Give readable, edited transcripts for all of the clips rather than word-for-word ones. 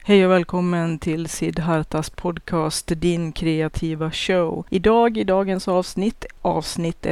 Hej och välkommen till Siddhartas podcast, din kreativa show. I dagens avsnitt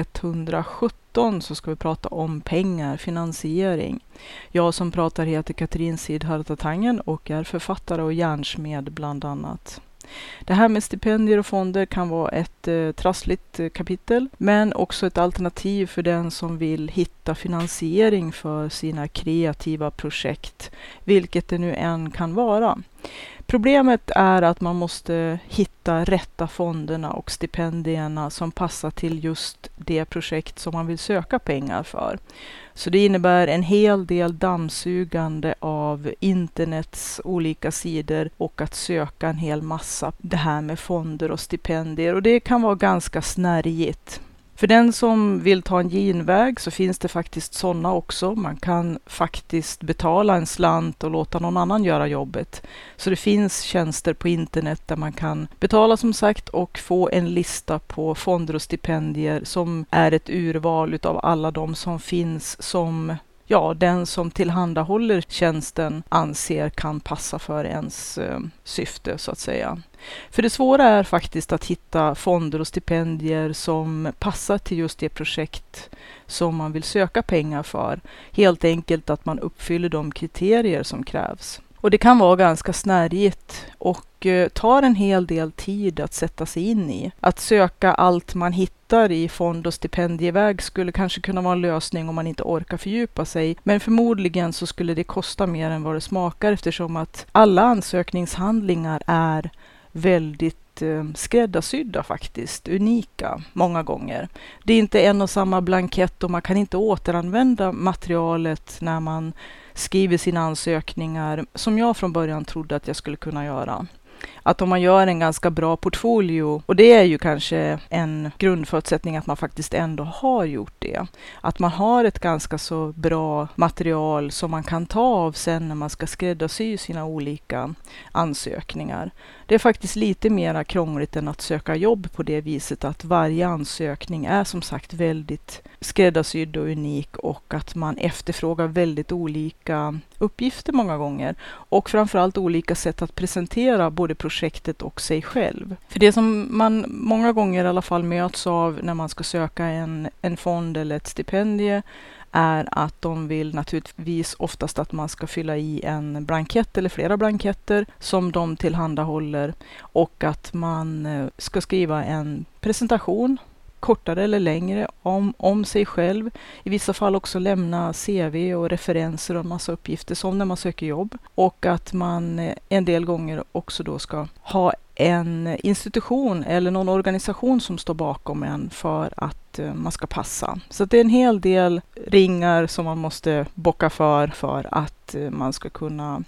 117, så ska vi prata om pengar, finansiering. Jag som pratar heter Katrin Siddharta Tangen och är författare och hjärnsmed bland annat. Det här med stipendier och fonder kan vara ett trassligt kapitel, men också ett alternativ för den som vill hitta finansiering för sina kreativa projekt, vilket det nu än kan vara. Problemet är att man måste hitta rätta fonderna och stipendierna som passar till just det projekt som man vill söka pengar för. Så det innebär en hel del dammsugande av internets olika sidor och att söka en hel massa det här med fonder och stipendier. Och det kan vara ganska snärjigt. För den som vill ta en genväg så finns det faktiskt sådana också. Man kan faktiskt betala en slant och låta någon annan göra jobbet. Så det finns tjänster på internet där man kan betala som sagt och få en lista på fonder och stipendier som är ett urval utav alla de som finns som den som tillhandahåller tjänsten anser kan passa för ens syfte så att säga. För det svåra är faktiskt att hitta fonder och stipendier som passar till just det projekt som man vill söka pengar för. Helt enkelt att man uppfyller de kriterier som krävs. Och det kan vara ganska snärjigt och tar en hel del tid att sätta sig in i. Att söka allt man hittar i fond- och stipendieväg skulle kanske kunna vara en lösning om man inte orkar fördjupa sig. Men förmodligen så skulle det kosta mer än vad det smakar eftersom att alla ansökningshandlingar är väldigt skräddarsydda faktiskt, unika många gånger. Det är inte en och samma blankett och man kan inte återanvända materialet när man skriver sina ansökningar som jag från början trodde att jag skulle kunna göra. Att om man gör en ganska bra portfolio, och det är ju kanske en grundförutsättning att man faktiskt ändå har gjort det. Att man har ett ganska så bra material som man kan ta av sen när man ska skräddarsy sina olika ansökningar. Det är faktiskt lite mer krångligt än att söka jobb på det viset att varje ansökning är som sagt väldigt skräddarsydd och unik och att man efterfrågar väldigt olika uppgifter många gånger och framförallt olika sätt att presentera både projektet och sig själv. För det som man många gånger i alla fall möts av när man ska söka en fond eller ett stipendie är att de vill naturligtvis oftast att man ska fylla i en blankett eller flera blanketter som de tillhandahåller och att man ska skriva en presentation, kortare eller längre, om sig själv. I vissa fall också lämna CV och referenser och en massa uppgifter som när man söker jobb. Och att man en del gånger också då ska ha en institution eller någon organisation som står bakom en för att man ska passa. Så det är en hel del ringar som man måste bocka för att man ska kunna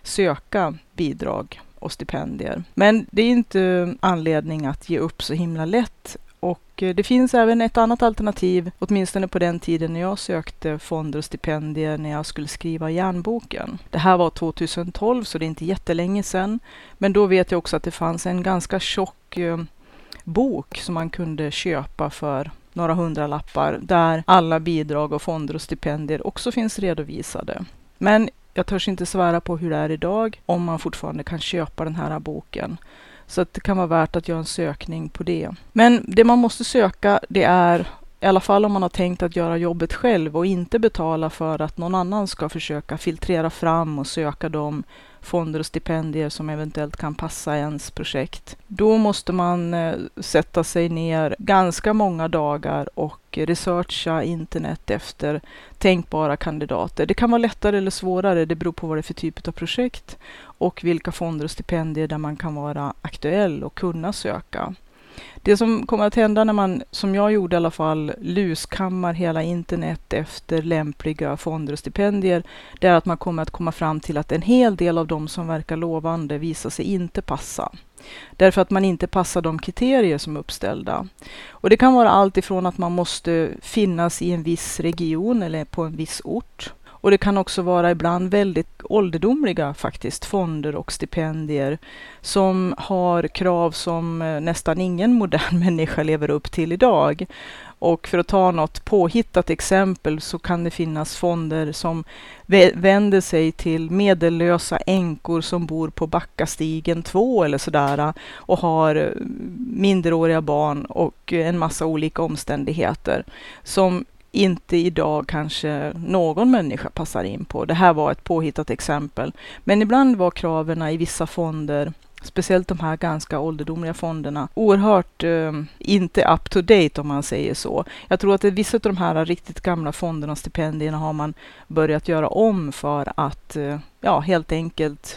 söka bidrag och stipendier. Men det är inte anledning att ge upp så himla lätt. Och det finns även ett annat alternativ, åtminstone på den tiden när jag sökte fonder och stipendier när jag skulle skriva järnboken. Det här var 2012 så det är inte jättelänge sedan. Men då vet jag också att det fanns en ganska tjock bok som man kunde köpa för några hundralappar där alla bidrag och fonder och stipendier också finns redovisade. Men jag törs inte svära på hur det är idag om man fortfarande kan köpa den här boken. Så att det kan vara värt att göra en sökning på det. Men det man måste söka det är, i alla fall om man har tänkt att göra jobbet själv och inte betala för att någon annan ska försöka filtrera fram och söka de fonder och stipendier som eventuellt kan passa ens projekt. Då måste man sätta sig ner ganska många dagar och researcha internet efter tänkbara kandidater. Det kan vara lättare eller svårare, det beror på vad det är för typ av projekt och vilka fonder och stipendier där man kan vara aktuell och kunna söka. Det som kommer att hända när man, som jag gjorde i alla fall, luskammar hela internet efter lämpliga fonder och stipendier, det är att man kommer att komma fram till att en hel del av dem som verkar lovande visar sig inte passa. Därför att man inte passar de kriterier som är uppställda. Och det kan vara allt ifrån att man måste finnas i en viss region eller på en viss ort. Och det kan också vara ibland väldigt ålderdomliga faktiskt fonder och stipendier som har krav som nästan ingen modern människa lever upp till idag. Och för att ta något påhittat exempel så kan det finnas fonder som vänder sig till medellösa änkor som bor på Backastigen 2 eller sådär och har minderåriga barn och en massa olika omständigheter som inte idag kanske någon människa passar in på. Det här var ett påhittat exempel. Men ibland var kraven i vissa fonder, speciellt de här ganska ålderdomliga fonderna, oerhört inte up to date om man säger så. Jag tror att vissa av de här riktigt gamla fonderna och stipendierna har man börjat göra om för att helt enkelt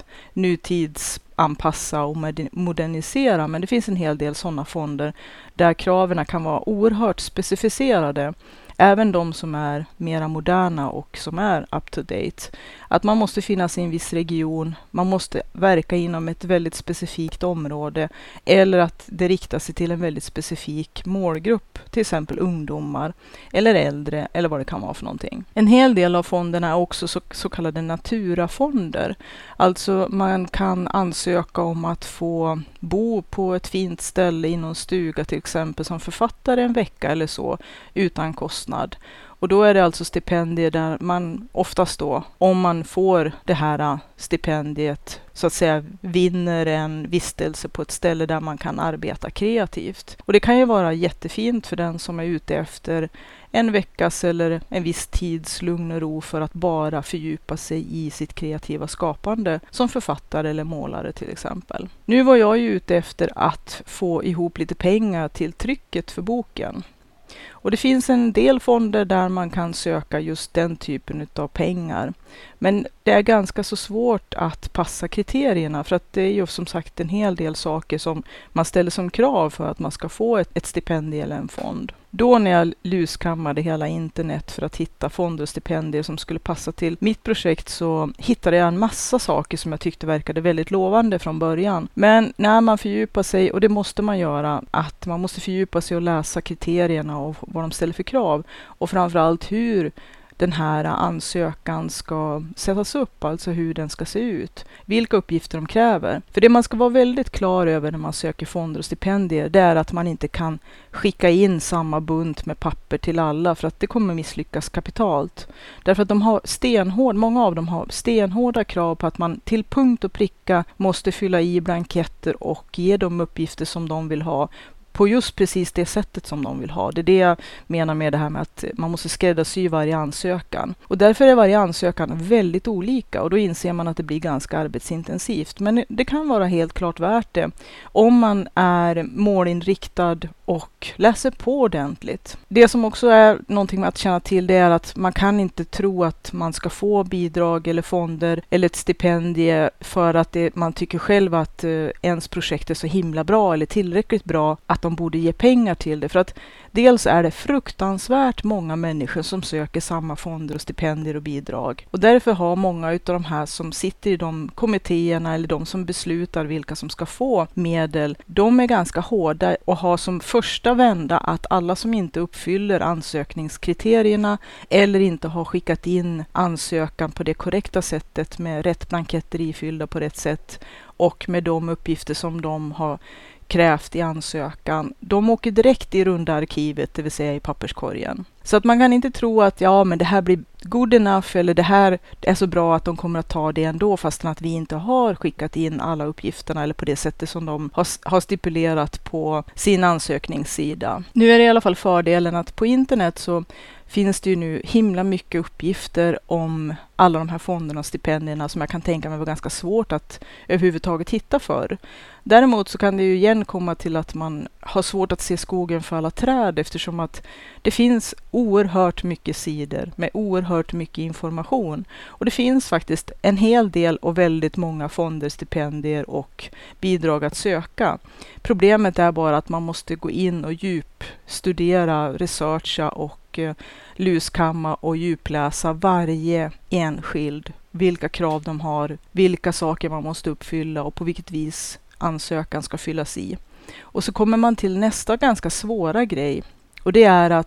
nutidsanpassa och modernisera. Men det finns en hel del sådana fonder där kraven kan vara oerhört specificerade. Även de som är mera moderna och som är up to date. Att man måste finnas i en viss region, man måste verka inom ett väldigt specifikt område eller att det riktar sig till en väldigt specifik målgrupp, till exempel ungdomar eller äldre eller vad det kan vara för någonting. En hel del av fonderna är också så kallade naturafonder. Alltså man kan ansöka om att få bo på ett fint ställe i någon stuga till exempel som författare en vecka eller så utan kostnad. Och då är det alltså stipendier där man oftast då, om man får det här stipendiet, så att säga vinner en vistelse på ett ställe där man kan arbeta kreativt. Och det kan ju vara jättefint för den som är ute efter en veckas eller en viss tids lugn och ro för att bara fördjupa sig i sitt kreativa skapande som författare eller målare till exempel. Nu var jag ju ute efter att få ihop lite pengar till trycket för boken. Och det finns en del fonder där man kan söka just den typen av pengar. Men det är ganska så svårt att passa kriterierna för att det är ju som sagt en hel del saker som man ställer som krav för att man ska få ett stipendium eller en fond. Då när jag luskammade hela internet för att hitta fonder och stipendier som skulle passa till mitt projekt så hittade jag en massa saker som jag tyckte verkade väldigt lovande från början. Men när man fördjupar sig, och det måste man göra, att man måste fördjupa sig och läsa kriterierna och vad de ställer för krav och framförallt hur den här ansökan ska sättas upp, alltså hur den ska se ut, vilka uppgifter de kräver. För det man ska vara väldigt klar över när man söker fonder och stipendier, det är att man inte kan skicka in samma bunt med papper till alla för att det kommer misslyckas kapitalt. Därför att många av dem har stenhårda krav på att man till punkt och pricka måste fylla i blanketter och ge de uppgifter som de vill ha på just precis det sättet som de vill ha. Det är det jag menar med det här med att man måste skräddarsy varje ansökan. Och därför är varje ansökan väldigt olika och då inser man att det blir ganska arbetsintensivt. Men det kan vara helt klart värt det om man är målinriktad och läser på ordentligt. Det som också är någonting med att känna till det är att man kan inte tro att man ska få bidrag eller fonder eller ett stipendie för att man tycker själv att ens projekt är så himla bra eller tillräckligt bra att de borde ge pengar till det. För att dels är det fruktansvärt många människor som söker samma fonder och stipendier och bidrag. Och därför har många av de här som sitter i de kommittéerna eller de som beslutar vilka som ska få medel, de är ganska hårda och har som första vända att alla som inte uppfyller ansökningskriterierna eller inte har skickat in ansökan på det korrekta sättet med rätt blanketter ifyllda på rätt sätt och med de uppgifter som de har krävt i ansökan, de åker direkt i runda arkivet, det vill säga i papperskorgen. Så att man kan inte tro att men det här blir good enough eller det här är så bra att de kommer att ta det ändå fastän att vi inte har skickat in alla uppgifterna eller på det sättet som de har stipulerat på sin ansökningssida. Nu är det i alla fall fördelen att på internet så finns det ju nu himla mycket uppgifter om alla de här fonderna och stipendierna som jag kan tänka mig var ganska svårt att överhuvudtaget hitta för. Däremot så kan det ju igen komma till att man har svårt att se skogen för alla träd eftersom att det finns oerhört mycket sidor med oerhört mycket information. Och det finns faktiskt en hel del och väldigt många fonder, stipendier och bidrag att söka. Problemet är bara att man måste gå in och djupstudera, researcha och luskamma och djupläsa varje enskild, vilka krav de har, vilka saker man måste uppfylla och på vilket vis ansökan ska fyllas i. Och så kommer man till nästa ganska svåra grej och det är att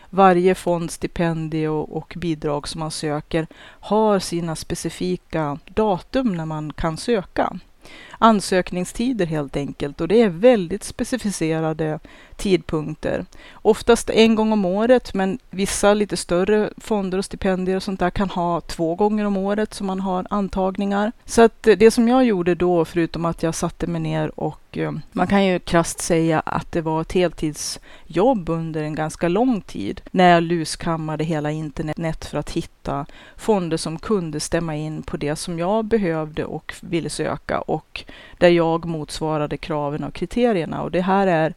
varje fond, stipendium och bidrag som man söker har sina specifika datum när man kan söka. Ansökningstider helt enkelt, och det är väldigt specificerade tidpunkter. Oftast en gång om året, men vissa lite större fonder och stipendier och sånt där kan ha 2 gånger om året som man har antagningar. Så att det som jag gjorde då, förutom att jag satte mig ner och man kan ju krasst säga att det var ett heltidsjobb under en ganska lång tid när jag luskammade hela internet för att hitta fonder som kunde stämma in på det som jag behövde och ville söka och där jag motsvarade kraven och kriterierna. Och det här är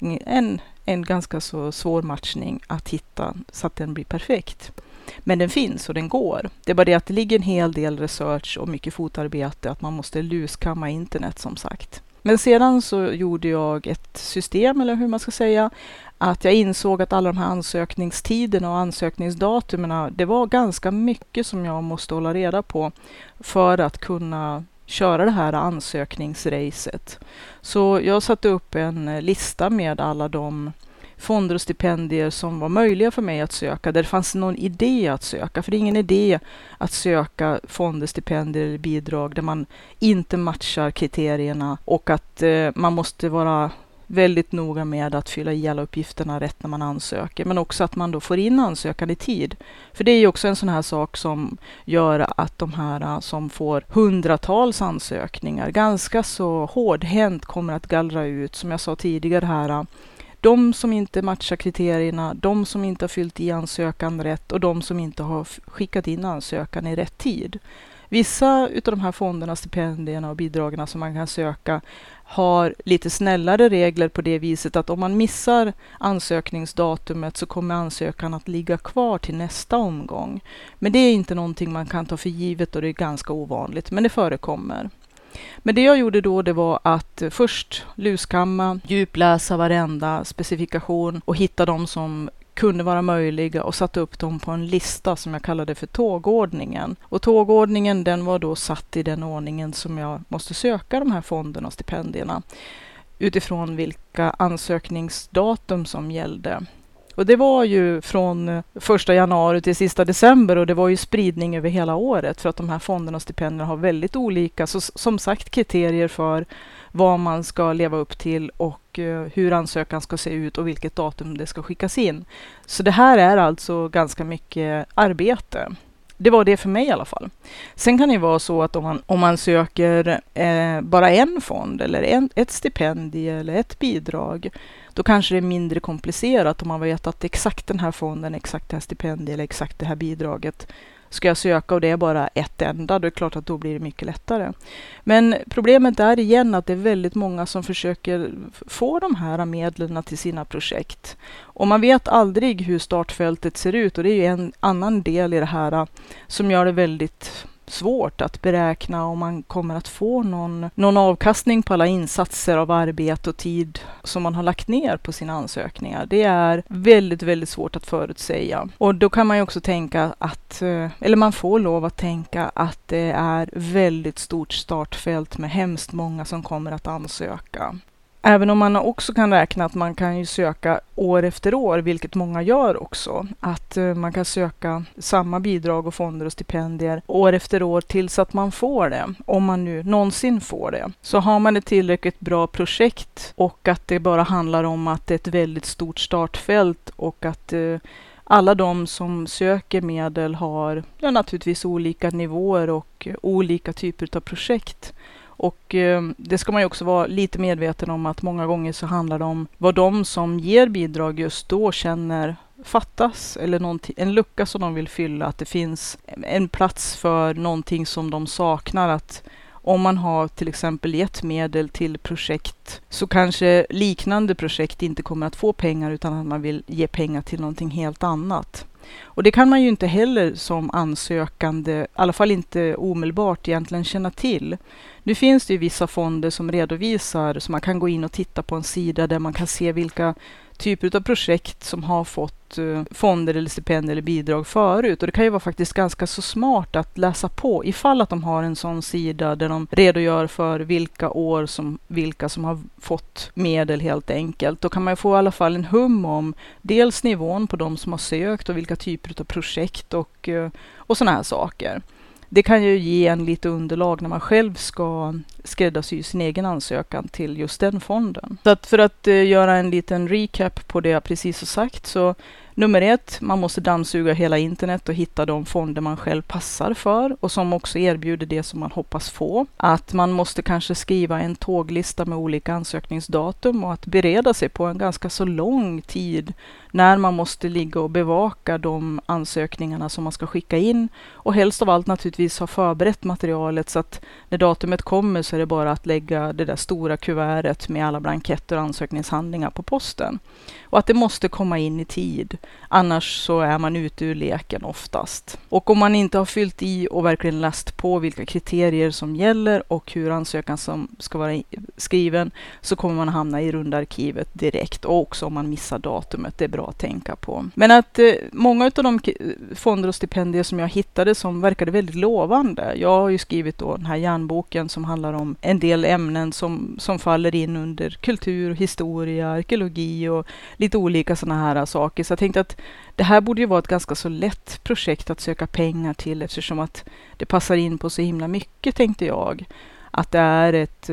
en ganska så svår matchning att hitta så att den blir perfekt. Men den finns och den går. Det är bara det att det ligger en hel del research och mycket fotarbete, att man måste luskamma internet som sagt. Men sedan så gjorde jag ett system, eller hur man ska säga, att jag insåg att alla de här ansökningstiderna och ansökningsdatumerna, det var ganska mycket som jag måste hålla reda på för att kunna köra det här ansökningsracet. Så jag satte upp en lista med alla de fonder och stipendier som var möjliga för mig att söka, där det fanns någon idé att söka. För det är ingen idé att söka fonder, stipendier eller bidrag där man inte matchar kriterierna och att man måste vara väldigt noga med att fylla i alla uppgifterna rätt när man ansöker, men också att man då får in ansökan i tid. För det är ju också en sån här sak som gör att de här som får hundratals ansökningar ganska så hårdhänt kommer att gallra ut, som jag sa tidigare här, de som inte matchar kriterierna, de som inte har fyllt i ansökan rätt och de som inte har skickat in ansökan i rätt tid. Vissa utav de här fonderna, stipendierna och bidragen som man kan söka har lite snällare regler på det viset att om man missar ansökningsdatumet så kommer ansökan att ligga kvar till nästa omgång. Men det är inte någonting man kan ta för givet och det är ganska ovanligt, men det förekommer. Men det jag gjorde då, det var att först luskamma, djupläsa varenda specifikation och hitta de som kunde vara möjliga och satte upp dem på en lista som jag kallade för tågordningen. Och tågordningen, den var då satt i den ordningen som jag måste söka de här fonderna och stipendierna utifrån vilka ansökningsdatum som gällde. Och det var ju från 1 januari till sista december och det var ju spridning över hela året för att de här fonderna och stipendierna har väldigt olika, så som sagt, kriterier för vad man ska leva upp till och hur ansökan ska se ut och vilket datum det ska skickas in. Så det här är alltså ganska mycket arbete. Det var det för mig i alla fall. Sen kan det vara så att om man söker bara en fond eller ett stipendium eller ett bidrag, då kanske det är mindre komplicerat om man vet att exakt den här fonden, exakt det här stipendiet eller exakt det här bidraget ska jag söka och det är bara ett enda, då är det klart att då blir det mycket lättare. Men problemet är igen att det är väldigt många som försöker få de här medlen till sina projekt. Och man vet aldrig hur startfältet ser ut och det är ju en annan del i det här som gör det väldigt svårt att beräkna om man kommer att få någon avkastning på alla insatser av arbete och tid som man har lagt ner på sina ansökningar. Det är väldigt, väldigt svårt att förutsäga. Och då kan man ju också tänka att, eller man får lov att tänka att det är väldigt stort startfält med hemskt många som kommer att ansöka. Även om man också kan räkna att man kan ju söka år efter år, vilket många gör också. Att man kan söka samma bidrag och fonder och stipendier år efter år tills att man får det. Om man nu någonsin får det. Så har man ett tillräckligt bra projekt och att det bara handlar om att det är ett väldigt stort startfält och att alla de som söker medel har naturligtvis olika nivåer och olika typer av projekt. Och det ska man ju också vara lite medveten om att många gånger så handlar det om vad de som ger bidrag just då känner fattas eller en lucka som de vill fylla, att det finns en plats för någonting som de saknar. Att om man har till exempel gett medel till projekt så kanske liknande projekt inte kommer att få pengar utan att man vill ge pengar till någonting helt annat. Och det kan man ju inte heller som ansökande, i alla fall inte omedelbart egentligen känna till. Nu finns det ju vissa fonder som redovisar, så man kan gå in och titta på en sida där man kan se vilka typer av projekt som har fått fonder eller stipendier eller bidrag förut. Och det kan ju vara faktiskt ganska så smart att läsa på ifall att de har en sån sida där de redogör för vilka år som vilka som har fått medel helt enkelt. Då kan man ju få i alla fall en hum om dels nivån på de som har sökt och vilka typer av projekt och sådana här saker. Det kan ju ge en lite underlag när man själv ska skräddarsy sin egen ansökan till just den fonden. Så att för att göra en liten recap på det jag precis har sagt, så nummer 1, man måste dammsuga hela internet och hitta de fonder man själv passar för och som också erbjuder det som man hoppas få. Att man måste kanske skriva en tåglista med olika ansökningsdatum och att bereda sig på en ganska så lång tid när man måste ligga och bevaka de ansökningarna som man ska skicka in. Och helst av allt naturligtvis ha förberett materialet så att när datumet kommer så är det bara att lägga det där stora kuvertet med alla blanketter och ansökningshandlingar på posten. Och att det måste komma in i tid. Annars så är man ute ur leken oftast. Och om man inte har fyllt i och verkligen läst på vilka kriterier som gäller och hur ansökan som ska vara skriven, så kommer man hamna i rundarkivet direkt. Och också om man missar datumet, det är bra att tänka på. Men att många av de fonder och stipendier som jag hittade som verkade väldigt lovande. Jag har ju skrivit då den här järnboken som handlar om en del ämnen som faller in under kultur, historia, arkeologi och lite olika sådana här saker. Så jag tänkte att det här borde ju vara ett ganska så lätt projekt att söka pengar till eftersom att det passar in på så himla mycket, tänkte jag. Att det är ett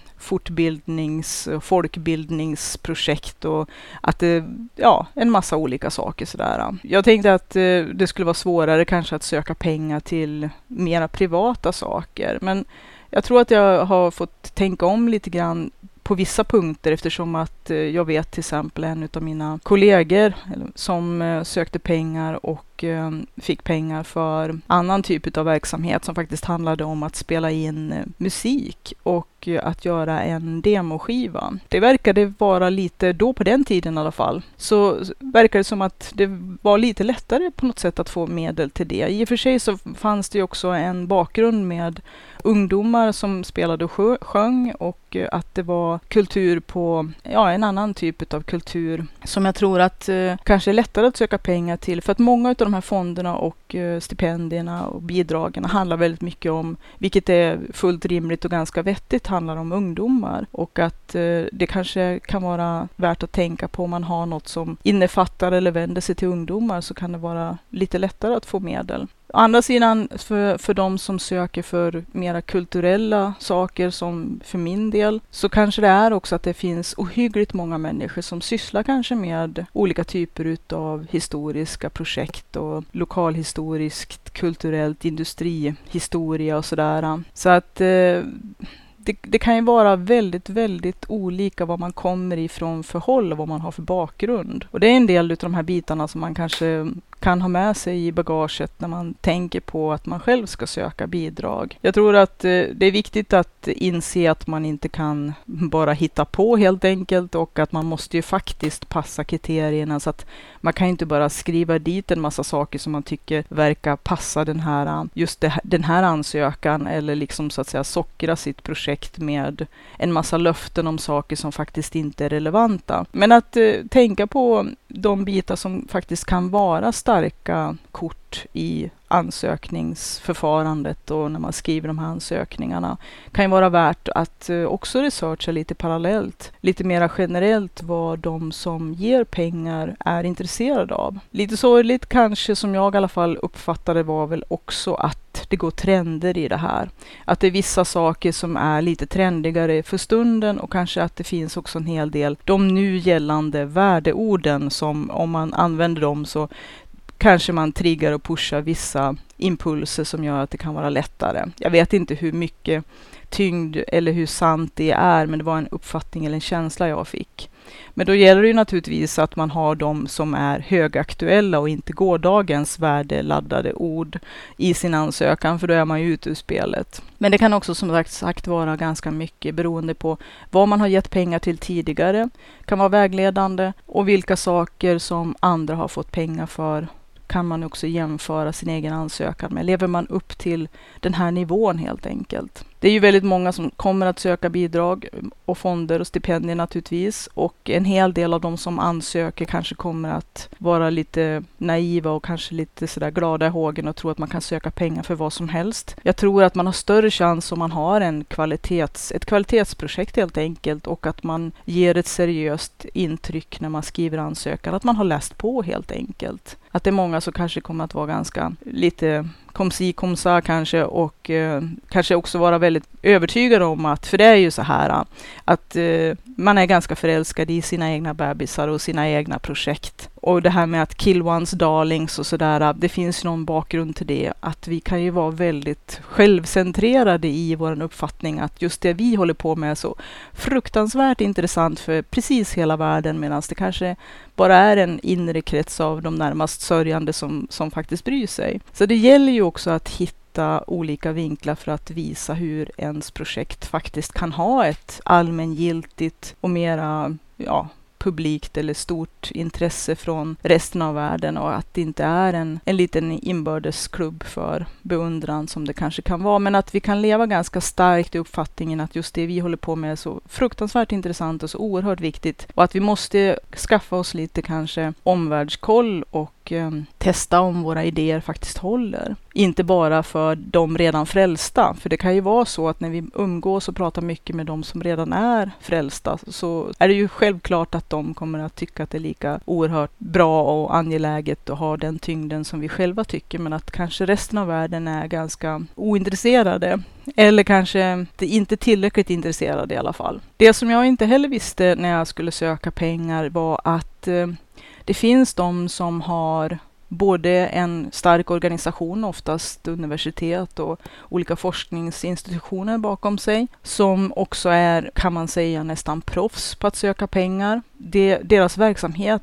folkbildningsprojekt och att det, en massa olika saker sådär. Jag tänkte att det skulle vara svårare kanske att söka pengar till mera privata saker. Men jag tror att jag har fått tänka om lite grann på vissa punkter eftersom att jag vet till exempel en av mina kollegor som sökte pengar och fick pengar för annan typ av verksamhet som faktiskt handlade om att spela in musik och att göra en demoskiva. Det verkade vara lite, då på den tiden i alla fall, så verkade det som att det var lite lättare på något sätt att få medel till det. I och för sig så fanns det också en bakgrund med ungdomar som spelade och sjöng och att det var kultur på, en annan typ av kultur som jag tror att kanske är lättare att söka pengar till. För att många av de här fonderna och stipendierna och bidragen handlar väldigt mycket om, vilket är fullt rimligt och ganska vettigt, handlar om ungdomar. Och att det kanske kan vara värt att tänka på om man har något som innefattar eller vänder sig till ungdomar, så kan det vara lite lättare att få medel. Å andra sidan, för de som söker för mera kulturella saker, som för min del, så kanske det är också att det finns ohyggligt många människor som sysslar kanske med olika typer av historiska projekt och lokalhistoriskt, kulturellt, industrihistoria och sådär. Så att det kan ju vara väldigt, väldigt olika var man kommer ifrån för håll och vad man har för bakgrund. Och det är en del av de här bitarna som man kanske kan ha med sig i bagaget när man tänker på att man själv ska söka bidrag. Jag tror att det är viktigt att inse att man inte kan bara hitta på helt enkelt, och att man måste ju faktiskt passa kriterierna, så att man kan inte bara skriva dit en massa saker som man tycker verkar passa den här ansökan, eller liksom så att säga sockra sitt projekt med en massa löften om saker som faktiskt inte är relevanta. Men att tänka på de bitar som faktiskt kan vara starka kort i ansökningsförfarandet och när man skriver de här ansökningarna, kan ju vara värt att också researcha lite parallellt, lite mer generellt vad de som ger pengar är intresserade av. Lite sorgligt kanske, som jag i alla fall uppfattade, var väl också att det går trender i det här. Att det är vissa saker som är lite trendigare för stunden, och kanske att det finns också en hel del de nu gällande värdeorden som, om man använder dem, så kanske man triggar och pushar vissa impulser som gör att det kan vara lättare. Jag vet inte hur mycket tyngd eller hur sant det är, men det var en uppfattning eller en känsla jag fick. Men då gäller det ju naturligtvis att man har de som är högaktuella och inte gårdagens värdeladdade ord i sin ansökan, för då är man ju ute ur spelet. Men det kan också som sagt vara ganska mycket beroende på vad man har gett pengar till tidigare, kan vara vägledande, och vilka saker som andra har fått pengar för kan man också jämföra sin egen ansökan med. Lever man upp till den här nivån helt enkelt? Det är ju väldigt många som kommer att söka bidrag och fonder och stipendier naturligtvis. Och en hel del av de som ansöker kanske kommer att vara lite naiva och kanske lite sådär glada i hågen och tro att man kan söka pengar för vad som helst. Jag tror att man har större chans om man har ett kvalitetsprojekt helt enkelt och att man ger ett seriöst intryck när man skriver ansökan. Att man har läst på helt enkelt. Att det är många som kanske kommer att vara ganska lite kom sa kanske och kanske också vara väldigt övertygad om att, för det är ju så här att man är ganska förälskad i sina egna bebisar och sina egna projekt. Och det här med att kill one's darlings och sådär, det finns någon bakgrund till det. Att vi kan ju vara väldigt självcentrerade i vår uppfattning att just det vi håller på med är så fruktansvärt intressant för precis hela världen, medan det kanske bara är en inre krets av de närmast sörjande som faktiskt bryr sig. Så det gäller ju också att hitta olika vinklar för att visa hur ens projekt faktiskt kan ha ett allmängiltigt och mera, publikt eller stort intresse från resten av världen och att det inte är en liten inbördesklubb för beundran som det kanske kan vara, men att vi kan leva ganska starkt i uppfattningen att just det vi håller på med är så fruktansvärt intressant och så oerhört viktigt och att vi måste skaffa oss lite kanske omvärldskoll och testa om våra idéer faktiskt håller. Inte bara för de redan frälsta, för det kan ju vara så att när vi umgås och pratar mycket med de som redan är frälsta så är det ju självklart att de kommer att tycka att det är lika oerhört bra och angeläget att ha den tyngden som vi själva tycker, men att kanske resten av världen är ganska ointresserade eller kanske inte tillräckligt intresserade i alla fall. Det som jag inte heller visste när jag skulle söka pengar var att det finns de som har både en stark organisation, oftast universitet och olika forskningsinstitutioner bakom sig, som också är, kan man säga, nästan proffs på att söka pengar. Deras verksamhet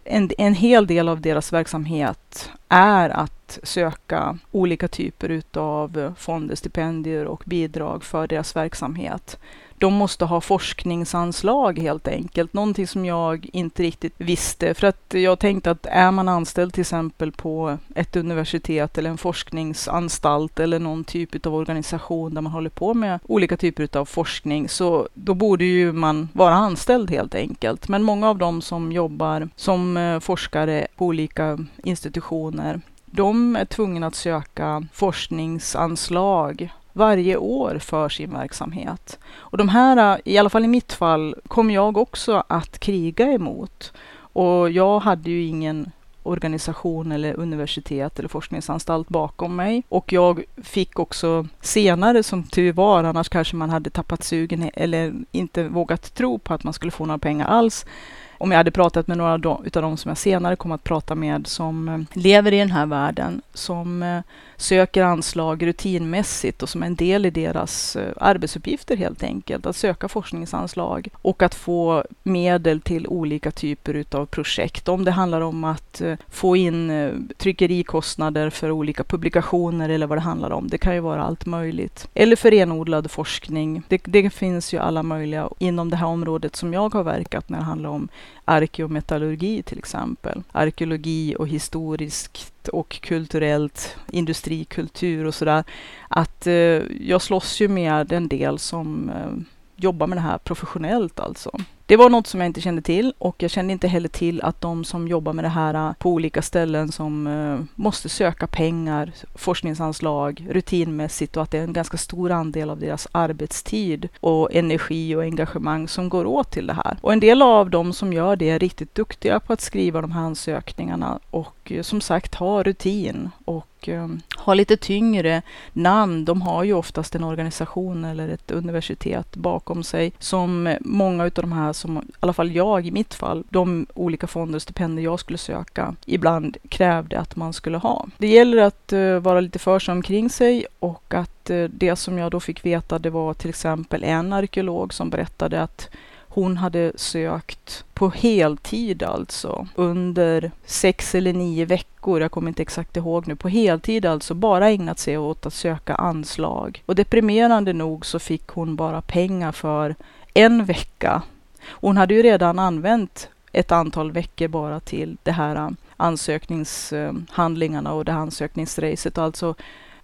en hel del av deras verksamhet är att söka olika typer av fonder, stipendier och bidrag för deras verksamhet. De måste ha forskningsanslag helt enkelt. Någonting som jag inte riktigt visste. För att jag tänkte att är man anställd till exempel på ett universitet eller en forskningsanstalt eller någon typ av organisation där man håller på med olika typer av forskning, så då borde ju man vara anställd helt enkelt. Men många av dem som jobbar som forskare på olika institutioner, de är tvungna att söka forskningsanslag varje år för sin verksamhet. Och de här, i alla fall i mitt fall, kom jag också att kriga emot. Och jag hade ju ingen organisation eller universitet eller forskningsanstalt bakom mig. Och jag fick också senare, som tur var, annars kanske man hade tappat sugen eller inte vågat tro på att man skulle få några pengar alls. Om jag hade pratat med några utav dem som jag senare kom att prata med som lever i den här världen, som söker anslag rutinmässigt och som är en del i deras arbetsuppgifter helt enkelt, att söka forskningsanslag och att få medel till olika typer utav projekt. Om det handlar om att få in tryckerikostnader för olika publikationer eller vad det handlar om. Det kan ju vara allt möjligt. Eller för renodlad forskning. Det finns ju alla möjliga inom det här området som jag har verkat när det handlar om arkeometallurgi till exempel. Arkeologi och historiskt och kulturellt, industrikultur och sådär. Att jag slåss ju med en del som jobbar med det här professionellt alltså. Det var något som jag inte kände till och jag kände inte heller till att de som jobbar med det här på olika ställen som måste söka pengar, forskningsanslag rutinmässigt och att det är en ganska stor andel av deras arbetstid och energi och engagemang som går åt till det här. Och en del av dem som gör det är riktigt duktiga på att skriva de här ansökningarna och som sagt ha rutin och har lite tyngre namn. De har ju oftast en organisation eller ett universitet bakom sig som många av de här som, i alla fall jag i mitt fall, de olika fonder och stipendier jag skulle söka ibland krävde att man skulle ha. Det gäller att vara lite försam omkring sig och att det som jag då fick veta, det var till exempel en arkeolog som berättade att hon hade sökt på heltid alltså under 6 eller 9 veckor, jag kommer inte exakt ihåg nu, på heltid alltså bara ägnat sig åt att söka anslag. Och deprimerande nog så fick hon bara pengar för 1 vecka. Hon hade ju redan använt ett antal veckor bara till det här ansökningshandlingarna och det här ansökningsracet. Alltså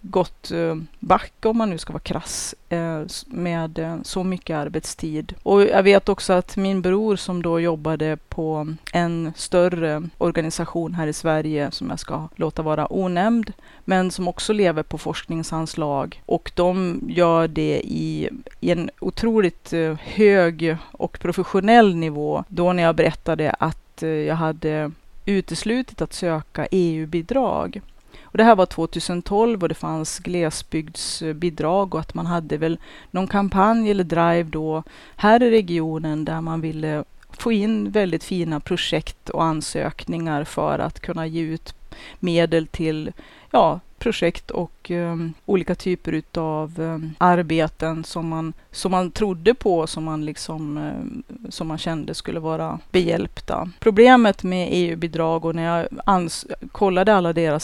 gått back, om man nu ska vara krass, med så mycket arbetstid. Och jag vet också att min bror som då jobbade på en större organisation här i Sverige, som jag ska låta vara onämnd, men som också lever på forskningsanslag, och de gör det i en otroligt hög och professionell nivå. Då när jag berättade att jag hade uteslutit att söka EU-bidrag. Och det här var 2012 och det fanns glesbygdsbidrag, och att man hade väl någon kampanj eller drive då här i regionen där man ville få in väldigt fina projekt och ansökningar för att kunna ge ut medel till projekt och olika typer utav arbeten som man trodde på, som man kände skulle vara behjälpta. Problemet med EU-bidrag, och när jag kollade alla deras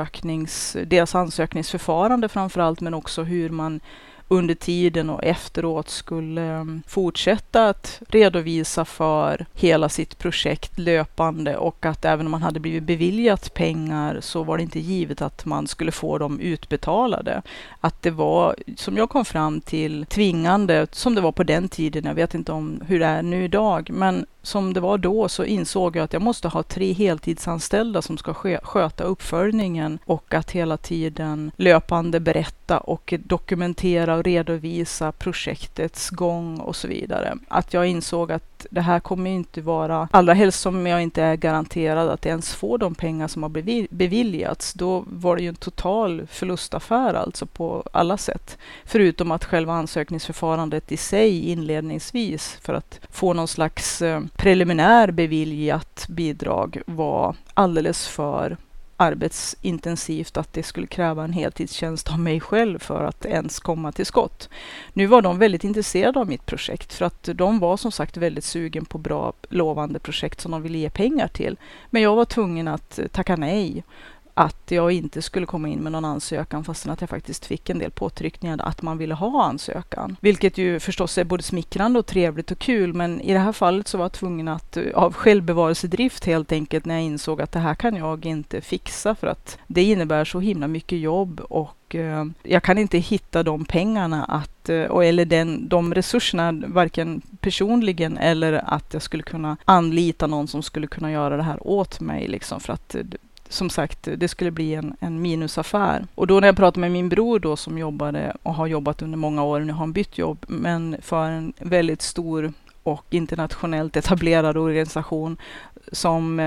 ansökningsförfarande framförallt, men också hur man under tiden och efteråt skulle fortsätta att redovisa för hela sitt projekt löpande, och att även om man hade blivit beviljat pengar så var det inte givet att man skulle få dem utbetalade. Att det var, som jag kom fram till, tvingande, som det var på den tiden. Jag vet inte om hur det är nu idag, men som det var då så insåg jag att jag måste ha 3 heltidsanställda som ska sköta uppföljningen, och att hela tiden löpande berätta och dokumentera och redovisa projektets gång och så vidare. Att jag insåg att det här kommer inte vara, allra helst som jag inte är garanterad att ens få de pengar som har beviljats. Då var det ju en total förlustaffär alltså på alla sätt. Förutom att själva ansökningsförfarandet i sig inledningsvis för att få någon slags preliminär beviljat bidrag var alldeles för arbetsintensivt, att det skulle kräva en heltidstjänst av mig själv för att ens komma till skott. Nu var de väldigt intresserade av mitt projekt, för att de var som sagt väldigt sugen på bra, lovande projekt som de ville ge pengar till. Men jag var tvungen att tacka nej, att jag inte skulle komma in med någon ansökan, fastän att jag faktiskt fick en del påtryckningar att man ville ha ansökan. Vilket ju förstås är både smickrande och trevligt och kul, men i det här fallet så var jag tvungen att av självbevarelsedrift helt enkelt, när jag insåg att det här kan jag inte fixa, för att det innebär så himla mycket jobb, och jag kan inte hitta de pengarna eller de resurserna, varken personligen eller att jag skulle kunna anlita någon som skulle kunna göra det här åt mig, liksom, för att som sagt, det skulle bli en minusaffär. Och då när jag pratade med min bror då, som jobbade och har jobbat under många år, nu har han bytt jobb, men för en väldigt stor och internationellt etablerad organisation som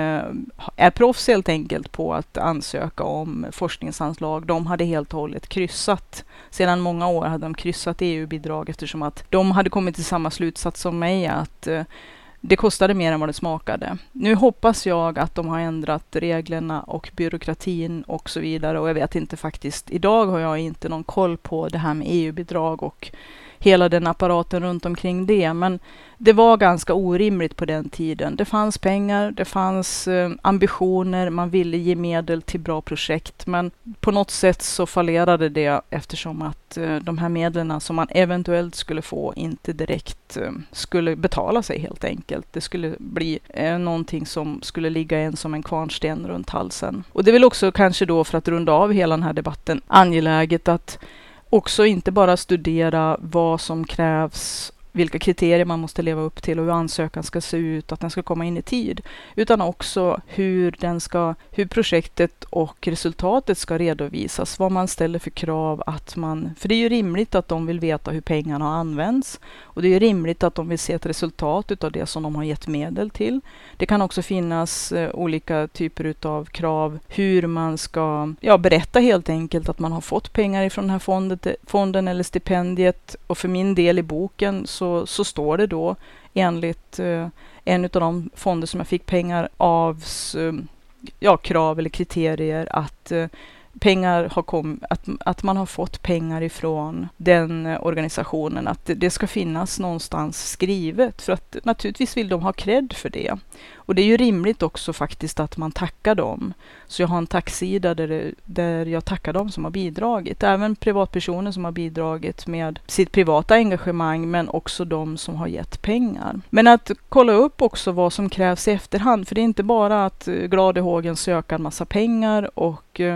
är proffs helt enkelt på att ansöka om forskningsanslag. De hade helt och hållet kryssat. Sedan många år hade de kryssat EU-bidrag, eftersom att de hade kommit till samma slutsats som mig, att det kostade mer än vad det smakade. Nu hoppas jag att de har ändrat reglerna och byråkratin och så vidare. Och jag vet inte faktiskt. Idag har jag inte någon koll på det här med EU-bidrag och hela den apparaten runt omkring det. Men det var ganska orimligt på den tiden. Det fanns pengar, det fanns ambitioner, man ville ge medel till bra projekt. Men på något sätt så fallerade det, eftersom att de här medlen som man eventuellt skulle få inte direkt skulle betala sig helt enkelt. Det skulle bli någonting som skulle ligga en som en kvarnsten runt halsen. Och det är väl också kanske då, för att runda av hela den här debatten, angeläget att också inte bara studera vad som krävs, vilka kriterier man måste leva upp till och hur ansökan ska se ut, att den ska komma in i tid, utan också hur projektet och resultatet ska redovisas, vad man ställer för krav, för det är ju rimligt att de vill veta hur pengarna har använts, och det är ju rimligt att de vill se ett resultat av det som de har gett medel till. Det kan också finnas olika typer av krav, hur man ska berätta helt enkelt att man har fått pengar ifrån den här fonden eller stipendiet, och för min del i boken så står det då enligt en av de fonder som jag fick pengar av, krav eller kriterier, att pengar har att man har fått pengar ifrån den organisationen, att det ska finnas någonstans skrivet, för att naturligtvis vill de ha cred för det. Och det är ju rimligt också faktiskt att man tackar dem. Så jag har en tacksida där jag tackar dem som har bidragit. Även privatpersoner som har bidragit med sitt privata engagemang, men också de som har gett pengar. Men att kolla upp också vad som krävs i efterhand. För det är inte bara att glad i hågen söka en massa pengar och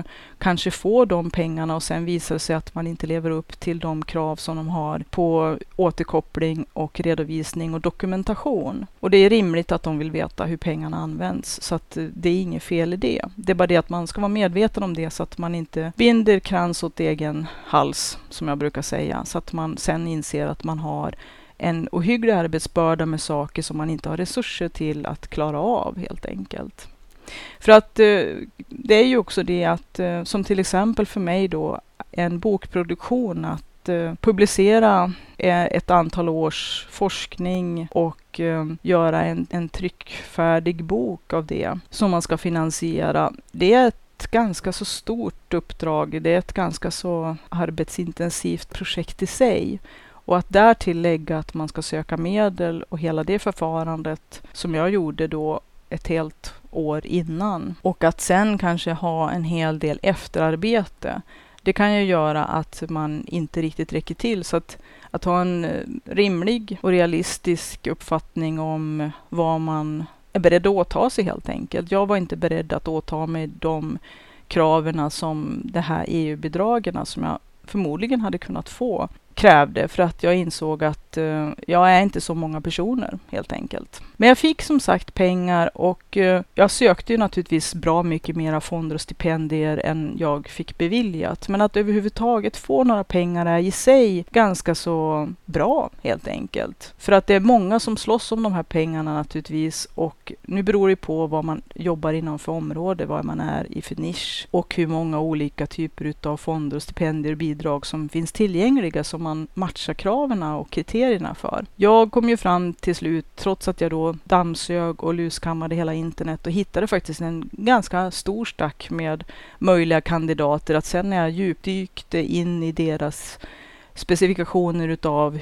kanske få de pengarna och sen visar det sig att man inte lever upp till de krav som de har på återkoppling och redovisning och dokumentation. Och det är rimligt att de vill veta hur pengarna används, så att det är inget fel i det. Det är bara det att man ska vara medveten om det så att man inte binder krans åt egen hals, som jag brukar säga, så att man sen inser att man har en ohygglig arbetsbörda med saker som man inte har resurser till att klara av helt enkelt. För att det är ju också det att, som till exempel för mig då, en bokproduktion, att publicera ett antal års forskning och göra en tryckfärdig bok av det som man ska finansiera. Det är ett ganska så stort uppdrag. Det är ett ganska så arbetsintensivt projekt i sig. Och att därtill lägga att man ska söka medel och hela det förfarandet som jag gjorde då ett helt år innan. Och att sen kanske ha en hel del efterarbete. Det kan ju göra att man inte riktigt räcker till. Så att ha en rimlig och realistisk uppfattning om vad man är beredd att åta sig helt enkelt. Jag var inte beredd att åta mig de kraven som det här EU-bidragen som jag förmodligen hade kunnat få krävde, för att jag insåg att jag är inte så många personer helt enkelt. Men jag fick som sagt pengar och jag sökte ju naturligtvis bra mycket mera fonder och stipendier än jag fick beviljat. Men att överhuvudtaget få några pengar är i sig ganska så bra helt enkelt. För att det är många som slåss om de här pengarna naturligtvis, och nu beror det på vad man jobbar inom för område, vad man är i för nisch och hur många olika typer av fonder och stipendier och bidrag som finns tillgängliga som man matchar kraven och kriterierna för. Jag kom ju fram till slut, trots att jag då dammsög och luskammade hela internet och hittade faktiskt en ganska stor stack med möjliga kandidater, att sen när jag djupdykte in i deras specifikationer utav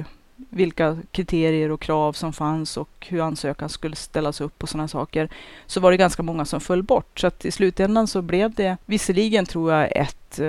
vilka kriterier och krav som fanns och hur ansökan skulle ställas upp och sådana saker, så var det ganska många som föll bort. Så att i slutändan så blev det visserligen, tror jag, ett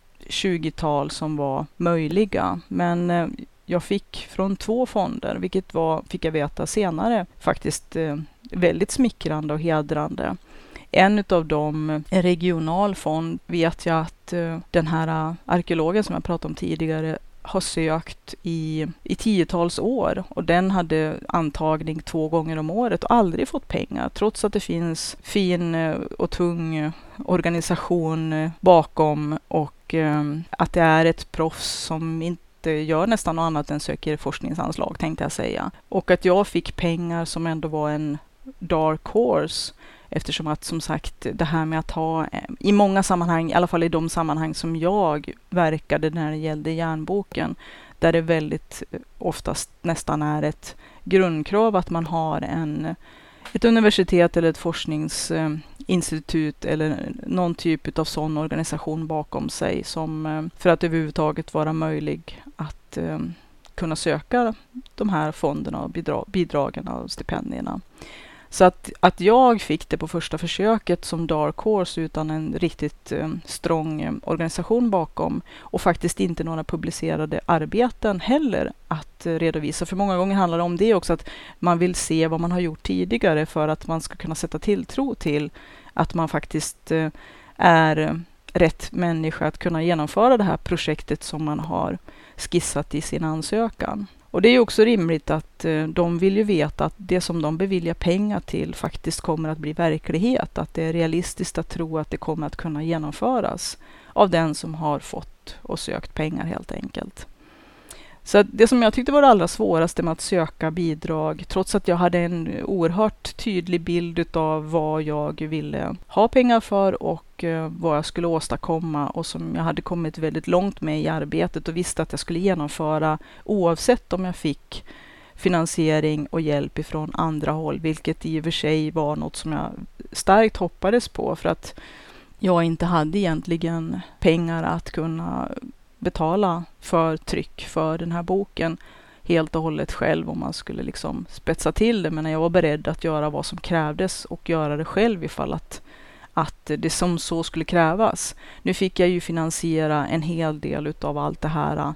20-tal som var möjliga. Men jag fick från 2 fonder, vilket fick jag veta senare, faktiskt väldigt smickrande och hedrande. En av dem, en regional fond, vet jag att den här arkeologen som jag pratade om tidigare har sökt i 10-tals år, och den hade antagning 2 gånger om året och aldrig fått pengar, trots att det finns fin och tung organisation bakom och att det är ett proffs som inte gör nästan något annat än söker forskningsanslag, tänkte jag säga. Och att jag fick pengar som ändå var en dark horse, eftersom att, som sagt, det här med att ha i många sammanhang, i alla fall i de sammanhang som jag verkade när det gällde järnboken, där det väldigt oftast nästan är ett grundkrav att man har ett universitet eller ett forskningsinstitut eller någon typ av sån organisation bakom sig, som för att överhuvudtaget vara möjlig att kunna söka de här fonderna och bidragen och stipendierna. Så att jag fick det på första försöket som dark horse utan en riktigt strong organisation bakom, och faktiskt inte några publicerade arbeten heller att redovisa. För många gånger handlar det om det också, att man vill se vad man har gjort tidigare för att man ska kunna sätta tilltro till att man faktiskt är rätt människa att kunna genomföra det här projektet som man har skissat i sin ansökan. Och det är också rimligt att de vill ju veta att det som de beviljar pengar till faktiskt kommer att bli verklighet. Att det är realistiskt att tro att det kommer att kunna genomföras av den som har fått och sökt pengar helt enkelt. Så det som jag tyckte var det allra svåraste med att söka bidrag, trots att jag hade en oerhört tydlig bild av vad jag ville ha pengar för och vad jag skulle åstadkomma, och som jag hade kommit väldigt långt med i arbetet och visste att jag skulle genomföra oavsett om jag fick finansiering och hjälp ifrån andra håll, vilket i och för sig var något som jag starkt hoppades på, för att jag inte hade egentligen pengar att kunna betala för tryck för den här boken helt och hållet själv om man skulle liksom spetsa till det. Men jag var beredd att göra vad som krävdes och göra det själv ifall att det som så skulle krävas. Nu fick jag ju finansiera en hel del utav allt det här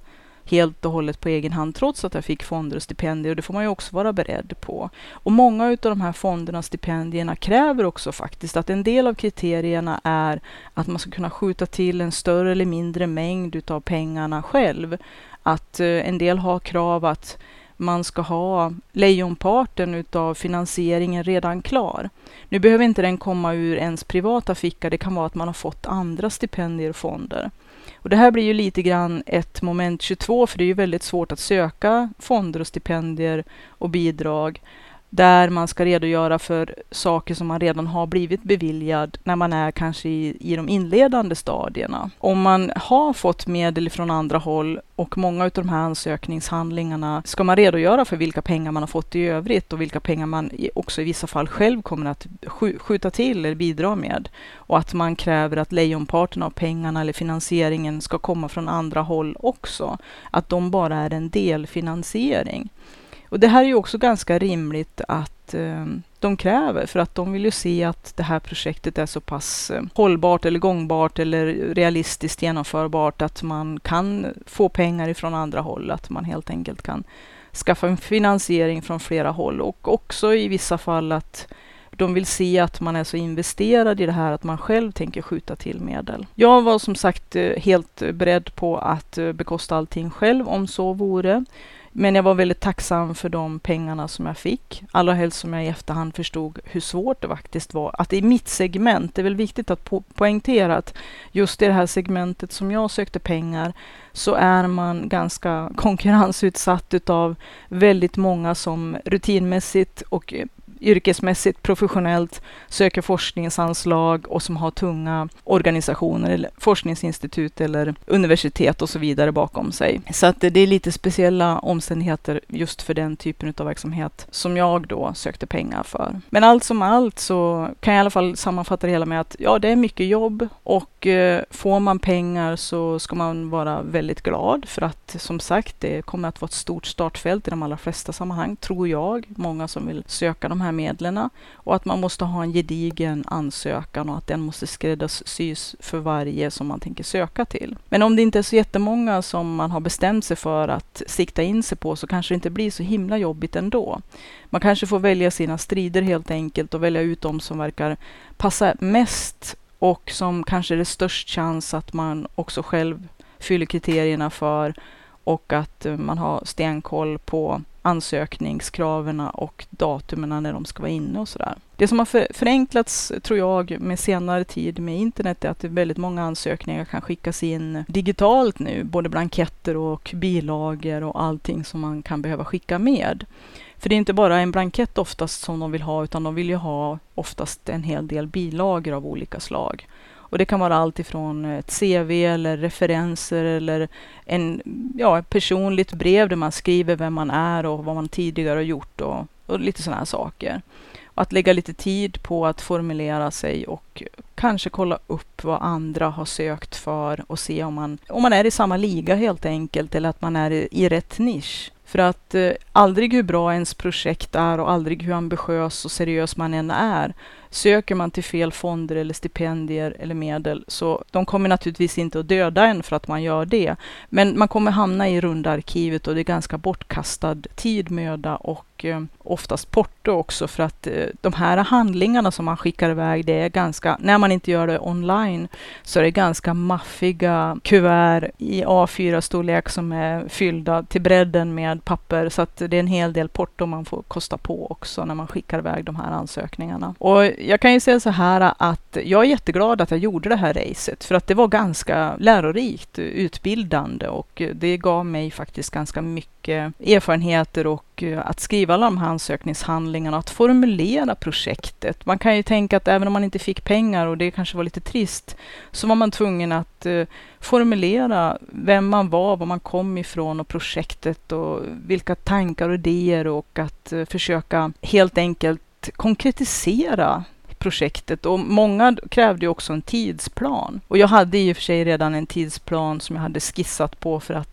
helt och hållet på egen hand trots att jag fick fonder och stipendier, och det får man ju också vara beredd på. Och många av de här fonderna och stipendierna kräver också faktiskt att en del av kriterierna är att man ska kunna skjuta till en större eller mindre mängd utav pengarna själv. Att en del har krav att man ska ha lejonparten utav finansieringen redan klar. Nu behöver inte den komma ur ens privata ficka. Det kan vara att man har fått andra stipendier och fonder. Och det här blir ju lite grann ett moment 22, för det är ju väldigt svårt att söka fonder och stipendier och bidrag där man ska redogöra för saker som man redan har blivit beviljad när man är kanske i de inledande stadierna. Om man har fått medel från andra håll och många av de här ansökningshandlingarna ska man redogöra för vilka pengar man har fått i övrigt och vilka pengar man också i vissa fall själv kommer att skjuta till eller bidra med. Och att man kräver att lejonparten av pengarna eller finansieringen ska komma från andra håll också. Att de bara är en delfinansiering. Och det här är ju också ganska rimligt att de kräver, för att de vill ju se att det här projektet är så pass hållbart eller gångbart eller realistiskt genomförbart att man kan få pengar ifrån andra håll, att man helt enkelt kan skaffa en finansiering från flera håll, och också i vissa fall att de vill se att man är så investerad i det här att man själv tänker skjuta till medel. Jag var som sagt helt beredd på att bekosta allting själv om så vore. Men jag var väldigt tacksam för de pengarna som jag fick. Allra helst som jag i efterhand förstod hur svårt det faktiskt var. Att i mitt segment, det är väl viktigt att poängtera att just i det här segmentet som jag sökte pengar så är man ganska konkurrensutsatt utav väldigt många som rutinmässigt och yrkesmässigt, professionellt söker forskningsanslag och som har tunga organisationer eller forskningsinstitut eller universitet och så vidare bakom sig. Så att det är lite speciella omständigheter just för den typen av verksamhet som jag då sökte pengar för. Men allt som allt så kan jag i alla fall sammanfatta det hela med att ja, det är mycket jobb, och får man pengar så ska man vara väldigt glad, för att som sagt det kommer att vara ett stort startfält i de allra flesta sammanhang, tror jag, många som vill söka de här medlen, och att man måste ha en gedigen ansökan och att den måste skräddarsys för varje som man tänker söka till. Men om det inte är så jättemånga som man har bestämt sig för att sikta in sig på, så kanske det inte blir så himla jobbigt ändå. Man kanske får välja sina strider helt enkelt och välja ut de som verkar passa mest och som kanske är det störst chans att man också själv fyller kriterierna för, och att man har stenkoll på ansökningskraven och datumen när de ska vara inne och sådär. Det som har förenklats, tror jag, med senare tid med internet är att det väldigt många ansökningar kan skickas in digitalt nu, både blanketter och bilagor och allting som man kan behöva skicka med. För det är inte bara en blankett oftast som de vill ha, utan de vill ju ha oftast en hel del bilagor av olika slag. Och det kan vara allt ifrån ett CV eller referenser eller ett personligt brev där man skriver vem man är och vad man tidigare har gjort och lite sådana här saker. Och att lägga lite tid på att formulera sig och kanske kolla upp vad andra har sökt för och se om man är i samma liga helt enkelt, eller att man är i rätt nisch. För att aldrig hur bra ens projekt är och aldrig hur ambitiös och seriös man än är, söker man till fel fonder eller stipendier eller medel, så de kommer naturligtvis inte att döda en för att man gör det. Men man kommer hamna i runda arkivet, och det är ganska bortkastad tid, möda och oftast porto också, för att de här handlingarna som man skickar iväg, det är ganska, när man inte gör det online, så är det ganska maffiga kuvert i A4-storlek som är fyllda till bredden med papper, så att det är en hel del porto man får kosta på också när man skickar iväg de här ansökningarna. Och jag kan ju säga så här att jag är jätteglad att jag gjorde det här racet, för att det var ganska lärorikt, utbildande, och det gav mig faktiskt ganska mycket erfarenheter och att skriva alla de här ansökningshandlingarna, att formulera projektet. Man kan ju tänka att även om man inte fick pengar, och det kanske var lite trist, så var man tvungen att formulera vem man var man kom ifrån och projektet och vilka tankar och idéer, och att försöka helt enkelt konkretisera projektet. Och många krävde ju också en tidsplan. Och jag hade i och för sig redan en tidsplan som jag hade skissat på, för att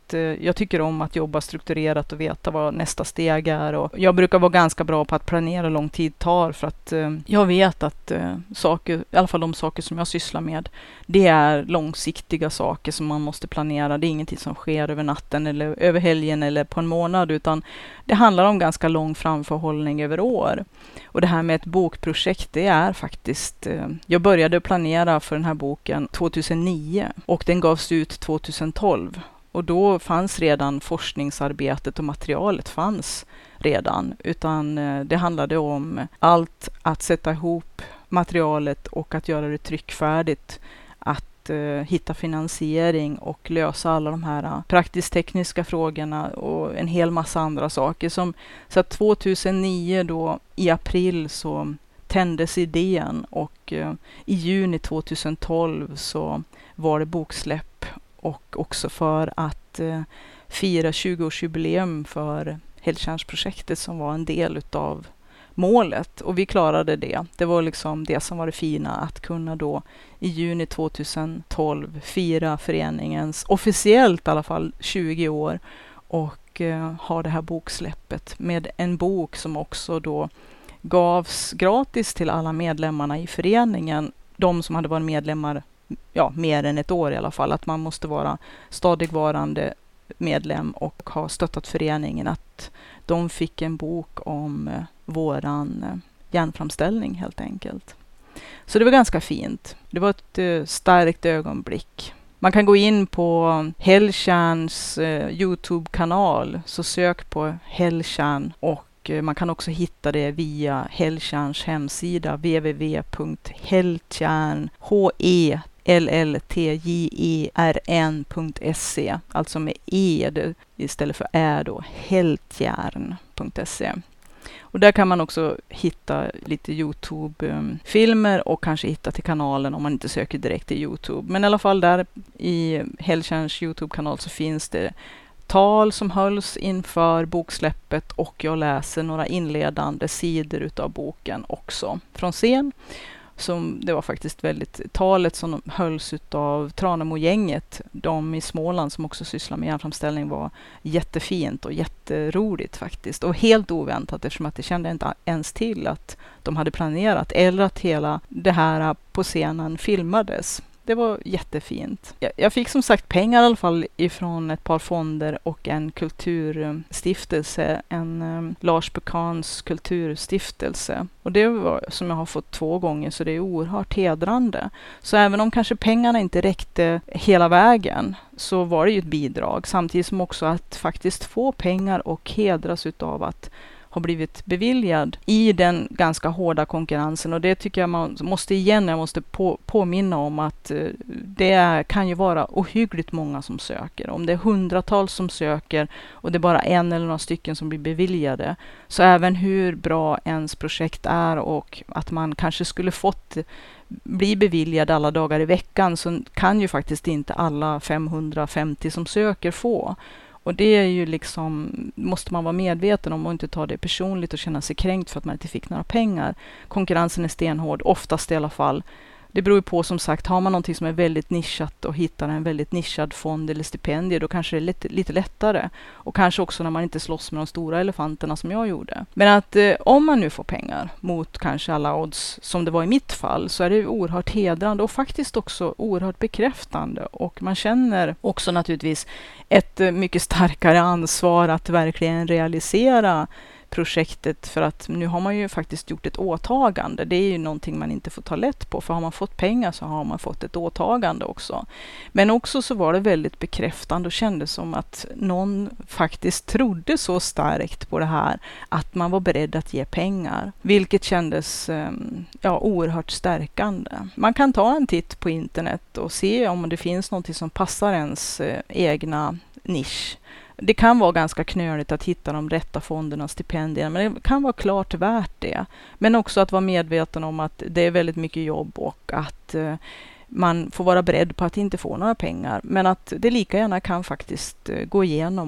att jag tycker om att jobba strukturerat och veta vad nästa steg är. Och jag brukar vara ganska bra på att planera lång tid tar, för att jag vet att saker, i alla fall de saker som jag sysslar med, det är långsiktiga saker som man måste planera. Det är ingenting som sker över natten eller över helgen eller på en månad, utan det handlar om ganska lång framförhållning över år. Och det här med ett bokprojekt, det är faktiskt... Jag började planera för den här boken 2009 och den gavs ut 2012. Och då fanns redan forskningsarbetet och materialet fanns redan. Utan det handlade om allt att sätta ihop materialet och att göra det tryckfärdigt. Att hitta finansiering och lösa alla de här praktiskt-tekniska frågorna och en hel massa andra saker. Så att 2009 då i april så tändes idén och i juni 2012 så var det boksläpp, och också för att fira 20-årsjubileum för Hälltjärnsprojektet som var en del utav målet, och vi klarade det. Det var liksom det som var det fina, att kunna då i juni 2012 fira föreningens officiellt i alla fall 20 år och ha det här boksläppet med en bok som också då gavs gratis till alla medlemmarna i föreningen. De som hade varit medlemmar mer än ett år i alla fall, att man måste vara stadigvarande medlem och ha stöttat föreningen, att de fick en bok om våran järnframställning helt enkelt. Så det var ganska fint. Det var ett starkt ögonblick. Man kan gå in på Hälltjärns YouTube-kanal, så sök på Hälltjärn, och man kan också hitta det via Hälltjärns hemsida www.helltjärn.se, alltså med istället för då, helltjärn.se. Och där kan man också hitta lite YouTube-filmer och kanske hitta till kanalen om man inte söker direkt i YouTube. Men i alla fall där i Hälltjärns YouTube-kanal så finns det tal som hölls inför boksläppet, och jag läser några inledande sidor utav boken också från scen. Det var faktiskt talet som hölls utav Tranemo-gänget, de i Småland som också sysslar med järnframställning, var jättefint och jätteroligt faktiskt. Och helt oväntat, eftersom att det kände inte ens till att de hade planerat eller att hela det här på scenen filmades. Det var jättefint. Jag fick som sagt pengar i alla fall ifrån ett par fonder och en kulturstiftelse, en Lars Bukans kulturstiftelse. Och det var som jag har fått 2 gånger, så det är oerhört hedrande. Så även om kanske pengarna inte räckte hela vägen, så var det ju ett bidrag. Samtidigt som också att faktiskt få pengar och hedras utav att har blivit beviljad i den ganska hårda konkurrensen. Och det tycker jag jag måste påminna om, att det kan ju vara ohyggligt många som söker. Om det är hundratals som söker och det är bara en eller några stycken som blir beviljade, så även hur bra ens projekt är och att man kanske skulle bli beviljad alla dagar i veckan, så kan ju faktiskt inte alla 550 som söker få. Och det är ju liksom, måste man vara medveten om och inte ta det personligt och känna sig kränkt för att man inte fick några pengar. Konkurrensen är stenhård, oftast i alla fall. Det beror ju på, som sagt, har man någonting som är väldigt nischat och hittar en väldigt nischad fond eller stipendier, då kanske det är lite lättare. Och kanske också när man inte slåss med de stora elefanterna som jag gjorde. Men att om man nu får pengar mot kanske alla odds, som det var i mitt fall, så är det oerhört hedrande och faktiskt också oerhört bekräftande. Och man känner också naturligtvis ett mycket starkare ansvar att verkligen realisera projektet, för att nu har man ju faktiskt gjort ett åtagande. Det är ju någonting man inte får ta lätt på, för har man fått pengar så har man fått ett åtagande också. Men också så var det väldigt bekräftande och kändes som att någon faktiskt trodde så starkt på det här att man var beredd att ge pengar, vilket kändes oerhört stärkande. Man kan ta en titt på internet och se om det finns något som passar ens egna nisch. Det kan vara ganska knöligt att hitta de rätta fonderna och stipendierna, men det kan vara klart värt det. Men också att vara medveten om att det är väldigt mycket jobb och att man får vara beredd på att inte få några pengar. Men att det lika gärna kan faktiskt gå igenom och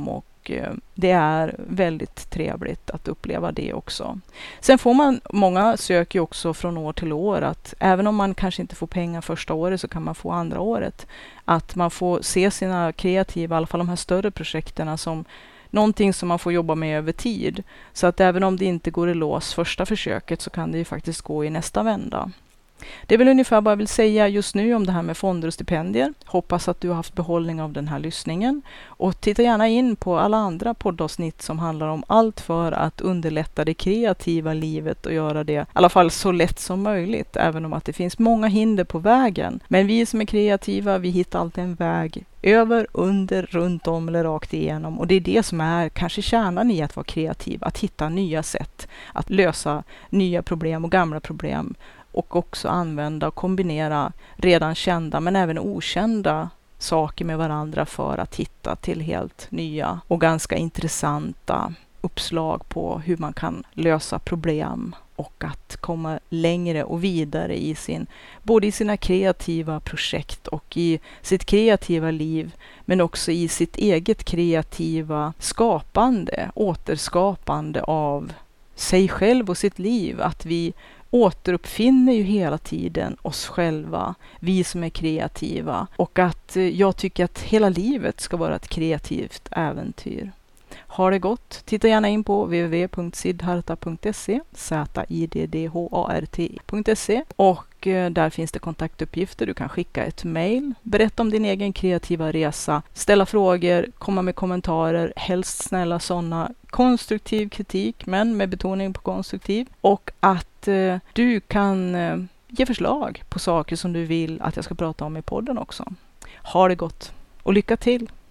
det är väldigt trevligt att uppleva det också. Sen får många söker ju också från år till år att även om man kanske inte får pengar första året så kan man få andra året. Att man får se sina kreativa, i alla fall de här större projekterna som någonting som man får jobba med över tid. Så att även om det inte går i lås första försöket så kan det ju faktiskt gå i nästa vända. Det är väl ungefär vad jag vill säga just nu om det här med fonder och stipendier. Hoppas att du har haft behållning av den här lyssningen. Och titta gärna in på alla andra poddavsnitt som handlar om allt för att underlätta det kreativa livet och göra det i alla fall så lätt som möjligt. Även om att det finns många hinder på vägen. Men vi som är kreativa, vi hittar alltid en väg över, under, runt om eller rakt igenom. Och det är det som är kanske kärnan i att vara kreativ. Att hitta nya sätt att lösa nya problem och gamla problem. Och också använda och kombinera redan kända men även okända saker med varandra för att hitta till helt nya och ganska intressanta uppslag på hur man kan lösa problem och att komma längre och vidare i både i sina kreativa projekt och i sitt kreativa liv, men också i sitt eget kreativa skapande, återskapande av sig själv och sitt liv. Att vi återuppfinner ju hela tiden oss själva, vi som är kreativa. Och att jag tycker att hela livet ska vara ett kreativt äventyr. Ha det gott. Titta gärna in på www.siddharta.se, ziddhart.se, och där finns det kontaktuppgifter. Du kan skicka ett mejl, berätta om din egen kreativa resa, ställa frågor, komma med kommentarer, helst snälla sådana, konstruktiv kritik men med betoning på konstruktiv, och att du kan ge förslag på saker som du vill att jag ska prata om i podden också. Ha det gott och lycka till!